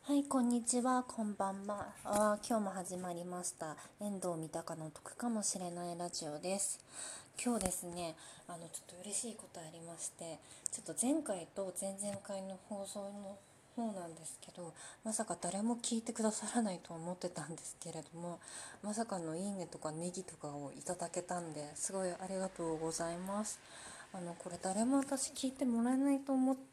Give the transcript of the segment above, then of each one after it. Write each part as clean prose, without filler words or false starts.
はい、こんにちは、こんばんは。今日も始まりました。遠藤三鷹の得かもしれないラジオです。今日ですね、ちょっと嬉しいことありまして、ちょっと前回と前々回の放送の方なんですけど、まさか誰も聞いてくださらないと思ってたんですけれども、まさかのいいねとかネギとかをいただけたんで、すごいありがとうございます。これ誰も私聞いてもらえないと思って、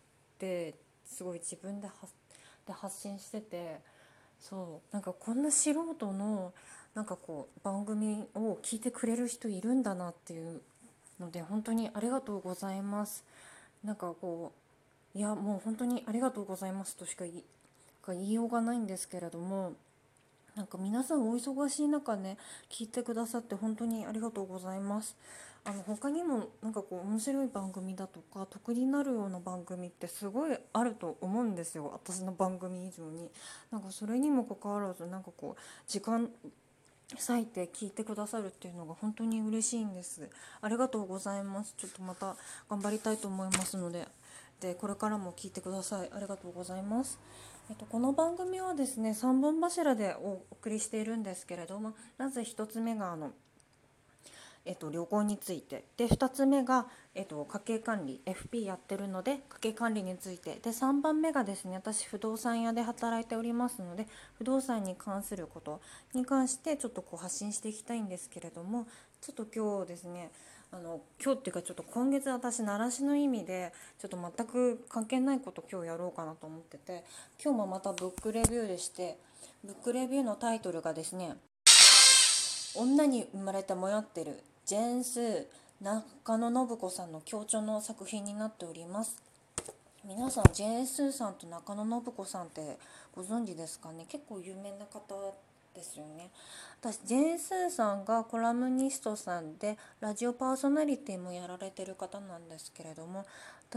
すごい自分で発信してて、そうなんかこんな素人のなんかこう番組を聞いてくれる人いるんだなっていうので、本当にありがとうございます。なんかこういやもう本当にありがとうございますとしか言いようがないんですけれども、なんか皆さんお忙しい中ね、聞いてくださって本当にありがとうございます。他にもなんかこう面白い番組だとか得になるような番組ってすごいあると思うんですよ、私の番組以上に。なんかそれにもかかわらずなんかこう時間割いて聞いてくださるっていうのが本当に嬉しいんです。ありがとうございます。ちょっとまた頑張りたいと思いますので、これからも聞いてください。ありがとうございます。この番組はですね、3本柱でお送りしているんですけれども、まず1つ目が旅行についてで、2つ目が、家計管理 FP やってるので家計管理についてで、3番目がですね、私不動産屋で働いておりますので、不動産に関することに関してちょっとこう発信していきたいんですけれども、ちょっと今日ですね、今日っていうかちょっと今月私奈良市の意味でちょっと全く関係ないこと今日やろうかなと思ってて、今日もまたブックレビューでして、ブックレビューのタイトルがですね、女に生まれて迷ってるジェーン・スー中野信子さんの共著の作品になっております。皆さんジェーン・スーさんと中野信子さんってご存知ですかね。結構有名な方ですよね。私ジェーン・スーさんがコラムニストさんでラジオパーソナリティもやられてる方なんですけれども、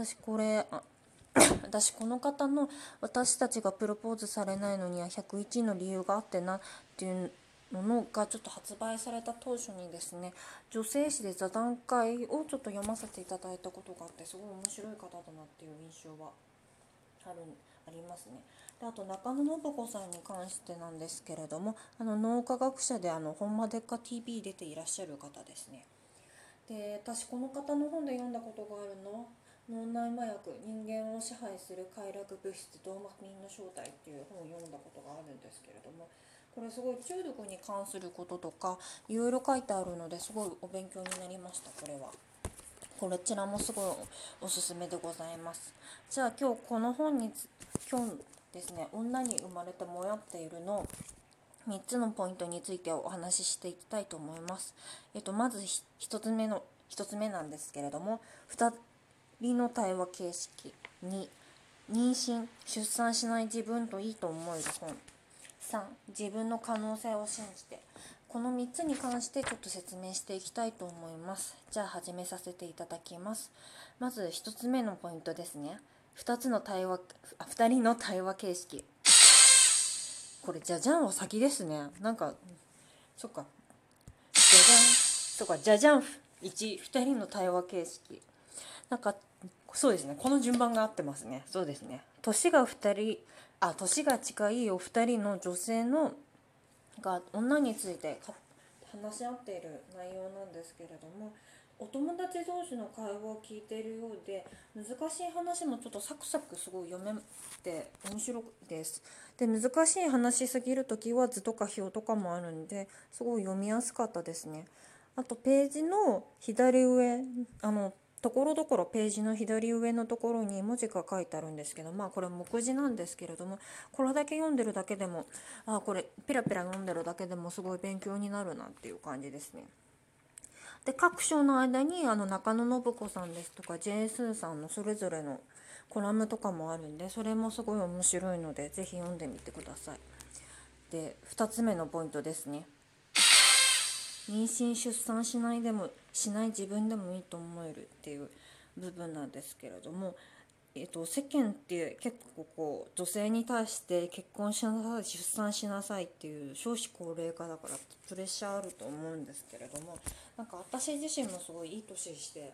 私この方の「私たちがプロポーズされないのには101の理由があってな」っていうのがちょっと発売された当初にですね、女性誌で座談会をちょっと読ませていただいたことがあって、すごい面白い方だなっていう印象はありますね。で、あと中野信子さんに関してなんですけれども、脳科学者でほんまでっか TV 出ていらっしゃる方ですね。で、私この方の本で読んだことがあるの、脳内麻薬人間を支配する快楽物質ドーパミンの正体っていう本を読んだことがあるんですけれども、これすごい中毒に関することとかいろいろ書いてあるので、すごいお勉強になりました。こちらもすごいおすすめでございます。じゃあ今日ですね、女に生まれてもやっているの3つのポイントについてお話ししていきたいと思います。まず1つ目なんですけれども、2人の対話形式。2、妊娠出産しない自分といいと思える本。3、自分の可能性を信じて。この3つに関してちょっと説明していきたいと思います。じゃあ始めさせていただきます。まず1つ目のポイントですね。2人の対話形式。これじゃじゃんは先ですね。なんかそっか、じゃじゃん、そっか、じゃじゃん。1、2人の対話形式。なんかそうですね、この順番が合ってますね。そうですね、年が近いお二人の女性のが女について話し合っている内容なんですけれども、お友達同士の会話を聞いているようで、難しい話もちょっとサクサクすごい読めて面白いです。で、難しい話しすぎるときは図とか表とかもあるんで、すごい読みやすかったですね。あとページの左上、ところどころページの左上のところに文字が書いてあるんですけど、まあこれ目次なんですけれども、これだけ読んでるだけでも、これペラペラ読んでるだけでもすごい勉強になるなっていう感じですね。で、各章の間に中野信子さんですとかジェーン・スーさんのそれぞれのコラムとかもあるんで、それもすごい面白いのでぜひ読んでみてください。で、2つ目のポイントですね。妊娠出産しない自分でもいいと思えるっていう部分なんですけれども、世間って結構こう女性に対して結婚しなさい、出産しなさいっていう少子高齢化だからプレッシャーあると思うんですけれども、なんか私自身もすごいいい年して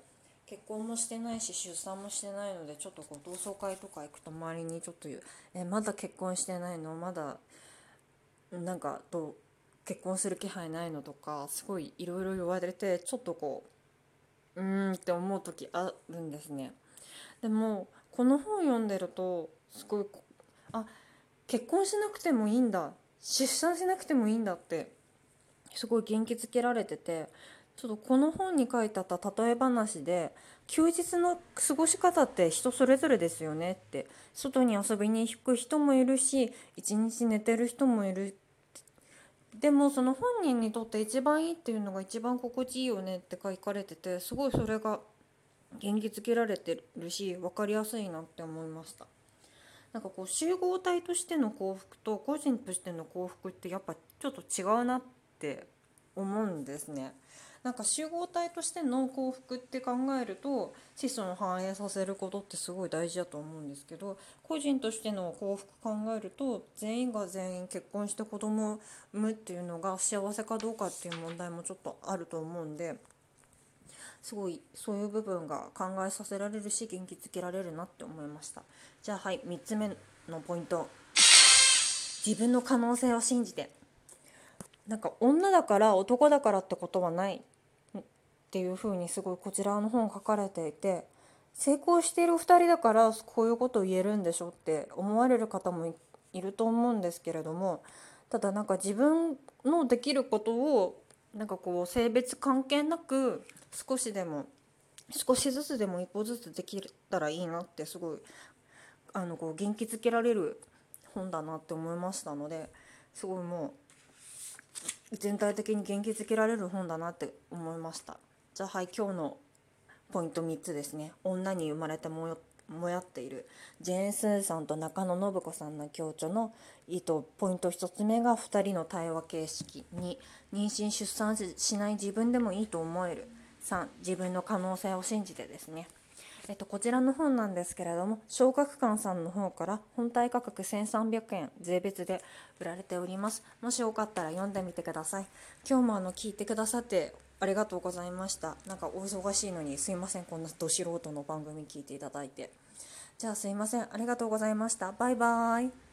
結婚もしてないし出産もしてないので、ちょっとこう同窓会とか行くと周りにちょっと言うまだ結婚してないの、まだなんか結婚する気配ないのとか、すごいいろいろ言われて、ちょっとこって思う時あるんですね。でもこの本読んでるとすごいあ、結婚しなくてもいいんだ、出産しなくてもいいんだってすごい元気づけられてて、ちょっとこの本に書いてあった例え話で、休日の過ごし方って人それぞれですよねって、外に遊びに行く人もいるし一日寝てる人もいる、でもその本人にとって一番いいっていうのが一番心地いいよねって書かれてて、すごいそれが元気づけられてるし分かりやすいなって思いました。なんかこう集合体としての幸福と個人としての幸福ってやっぱちょっと違うなって思うんですね。なんか集合体としての幸福って考えると子孫を繁栄させることってすごい大事だと思うんですけど、個人としての幸福考えると全員が全員結婚して子供を産むっていうのが幸せかどうかっていう問題もちょっとあると思うんで、すごいそういう部分が考えさせられるし元気づけられるなって思いました。じゃあはい、3つ目のポイント、自分の可能性を信じて。なんか女だから男だからってことはないっていう風にすごいこちらの本書かれていて、成功している2人だからこういうことを言えるんでしょって思われる方もいると思うんですけれども、ただなんか自分のできることをなんかこう性別関係なく少しずつでも一歩ずつできたらいいなってすごいこう元気づけられる本だなって思いましたので、すごいもう全体的に元気づけられる本だなって思いました。じゃあはい、今日のポイント3つですね。女に生まれてもやっているジェーン・スーさんと中野信子さんの共著のポイント1つ目が2人の対話形式、2妊娠出産しない自分でもいいと思える、3自分の可能性を信じてですね。こちらの本なんですけれども、小学館さんの方から本体価格1300円税別で売られております。もしよかったら読んでみてください。今日も聞いてくださってありがとうございました。なんかお忙しいのにすいません、こんなど素人の番組聞いていただいて。じゃあすいません、ありがとうございました。バイバイ。